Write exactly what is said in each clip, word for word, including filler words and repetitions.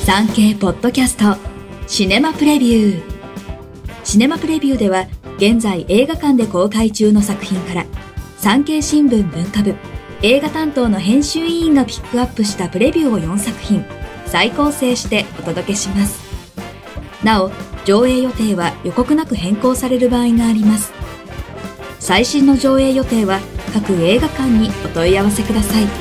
産経ポッドキャストシネマプレビュー。シネマプレビューでは現在映画館で公開中の作品から産経新聞文化部映画担当の編集委員がピックアップしたプレビューをよんさく品再構成してお届けします。なお、上映予定は予告なく変更される場合があります。最新の上映予定は各映画館にお問い合わせください。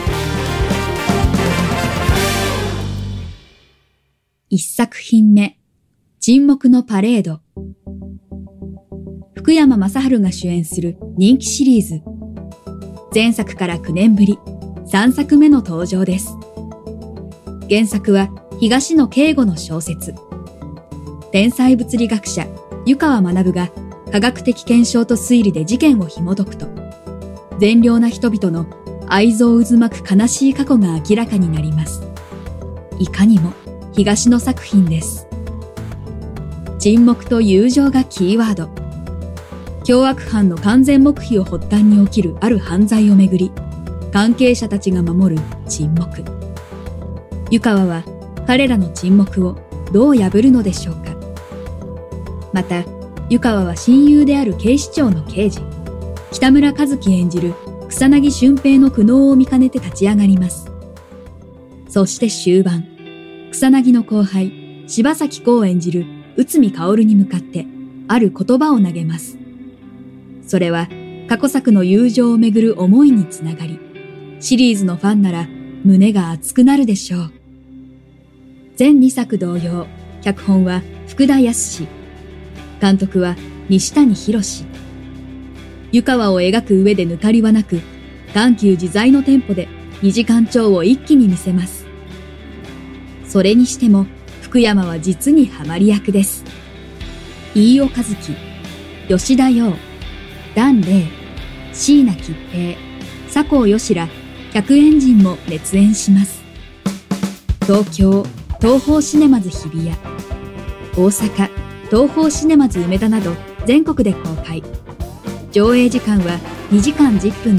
一作品目、沈黙のパレード。福山雅治が主演する人気シリーズ。前作からきゅうねんぶり、さんさくめの登場です。原作は東野圭吾の小説。天才物理学者、湯川学が科学的検証と推理で事件を紐解くと、善良な人々の愛憎渦巻く悲しい過去が明らかになります。いかにも東野作品です。沈黙と友情がキーワード。凶悪犯の完全黙秘を発端に起きるある犯罪をめぐり、関係者たちが守る沈黙。湯川は彼らの沈黙をどう破るのでしょうか。また、湯川は親友である警視庁の刑事、北村一輝演じる草薙俊平の苦悩を見かねて立ち上がります。そして終盤、草薙の後輩、柴咲コウ演じる内海薫に向かってある言葉を投げます。それは過去作の友情をめぐる思いにつながり、シリーズのファンなら胸が熱くなるでしょう。全にさく同様、脚本は福田康、監督は西谷博。湯川を描く上で抜かりはなく、緩急自在のテンポでにじかん超を一気に見せます。それにしても福山は実にハマり役です。飯尾和樹、吉田羊、檀れい、椎名桔平、佐藤芳ら客演陣も熱演します。東京、東宝シネマズ日比谷、大阪、東宝シネマズ梅田など全国で公開。上映時間はにじかんじゅっぷんです。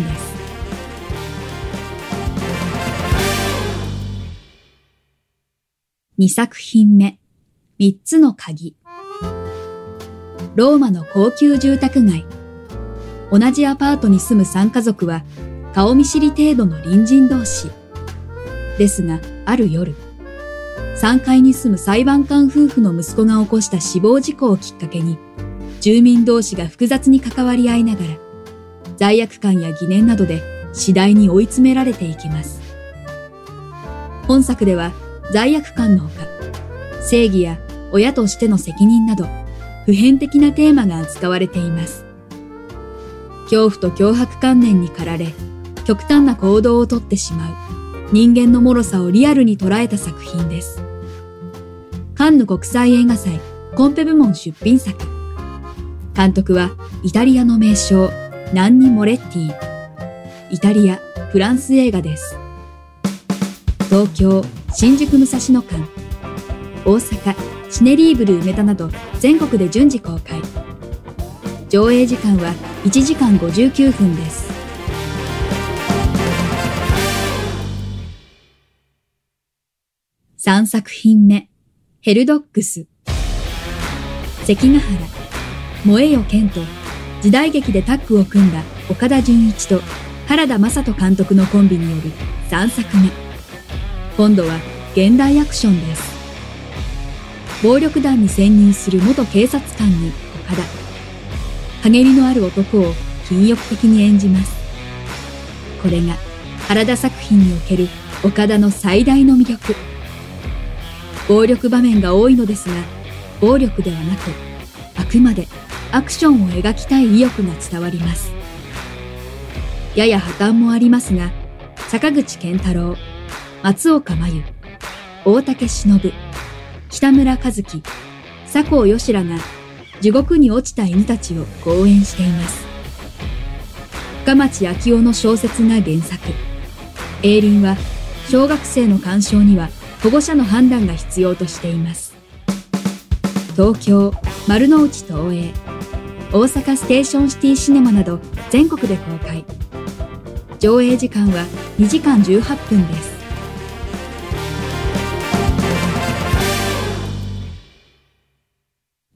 にさく品目、みっつの鍵。ローマの高級住宅街。同じアパートに住むさん家族は顔見知り程度の隣人同士。ですが、ある夜、さんがいに住む裁判官夫婦の息子が起こした死亡事故をきっかけに、住民同士が複雑に関わり合いながら、罪悪感や疑念などで次第に追い詰められていきます。本作では、罪悪感のほか、正義や親としての責任など、普遍的なテーマが扱われています。恐怖と脅迫観念に駆られ、極端な行動をとってしまう人間の脆さをリアルに捉えた作品です。カンヌ国際映画祭コンペ部門出品作。監督はイタリアの名匠ナンニ・モレッティ。イタリア・フランス映画です。東京新宿武蔵野間、大阪シネリーブル梅田など全国で順次公開。上映時間はいちじかんごじゅうきゅうふんです。さんさく品目、ヘルドッグス。関ヶ原、燃えよ剣と時代劇でタッグを組んだ岡田准一と原田雅人監督のコンビによるさんさくめ。今度は現代アクションです。暴力団に潜入する元警察官に岡田。陰りのある男を禁欲的に演じます。これが原田作品における岡田の最大の魅力。暴力場面が多いのですが、暴力ではなく、あくまでアクションを描きたい意欲が伝わります。やや破綻もありますが、坂口健太郎、松岡真優、大竹しのぶ、北村一輝、佐藤芳らが地獄に落ちた犬たちを講演しています。深町昭夫の小説が原作。映倫は小学生の鑑賞には保護者の判断が必要としています。東京、丸の内東映、大阪ステーションシティシネマなど全国で公開。上映時間はにじかんじゅうはっぷんです。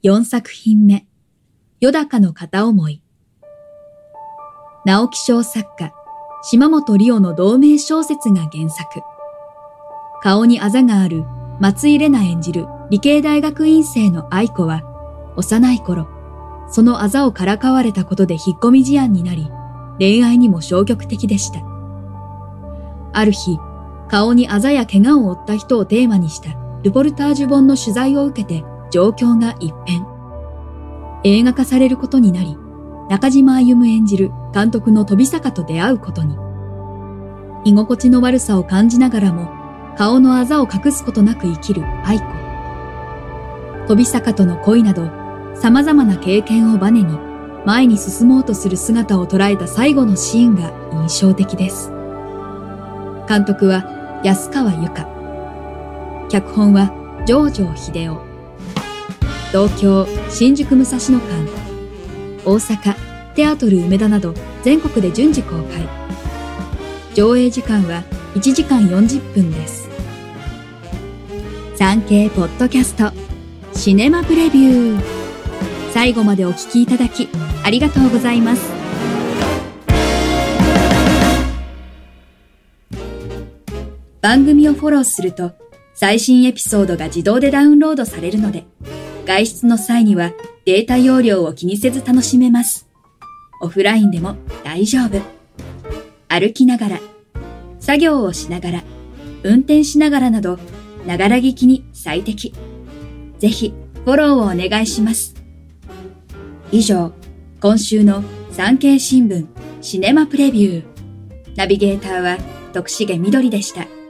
よんさく品目、よだかの片思い。直木賞作家、島本理生の同名小説が原作。顔にあざがある松井玲奈演じる理系大学院生の愛子は、幼い頃、そのあざをからかわれたことで引っ込み思案になり、恋愛にも消極的でした。ある日、顔にあざや怪我を負った人をテーマにしたルポルタージュ本の取材を受けて状況が一変。映画化されることになり、中島歩演じる監督の飛坂と出会うことに。居心地の悪さを感じながらも、顔のあざを隠すことなく生きる愛子。飛坂との恋など、様々な経験をバネに、前に進もうとする姿を捉えた最後のシーンが印象的です。監督は安川由香。脚本は城城秀夫。東京、新宿武蔵野間、大阪、テアトル梅田など全国で順次公開。上映時間はいちじかんよんじゅっぷんです。産経ポッドキャスト、シネマプレビュー。最後までお聞きいただき、ありがとうございます。番組をフォローすると、最新エピソードが自動でダウンロードされるので、外出の際にはデータ容量を気にせず楽しめます。オフラインでも大丈夫。歩きながら、作業をしながら、運転しながらなど、ながら聞きに最適。ぜひフォローをお願いします。以上、今週の産経新聞シネマプレビュー。ナビゲーターは徳重みどりでした。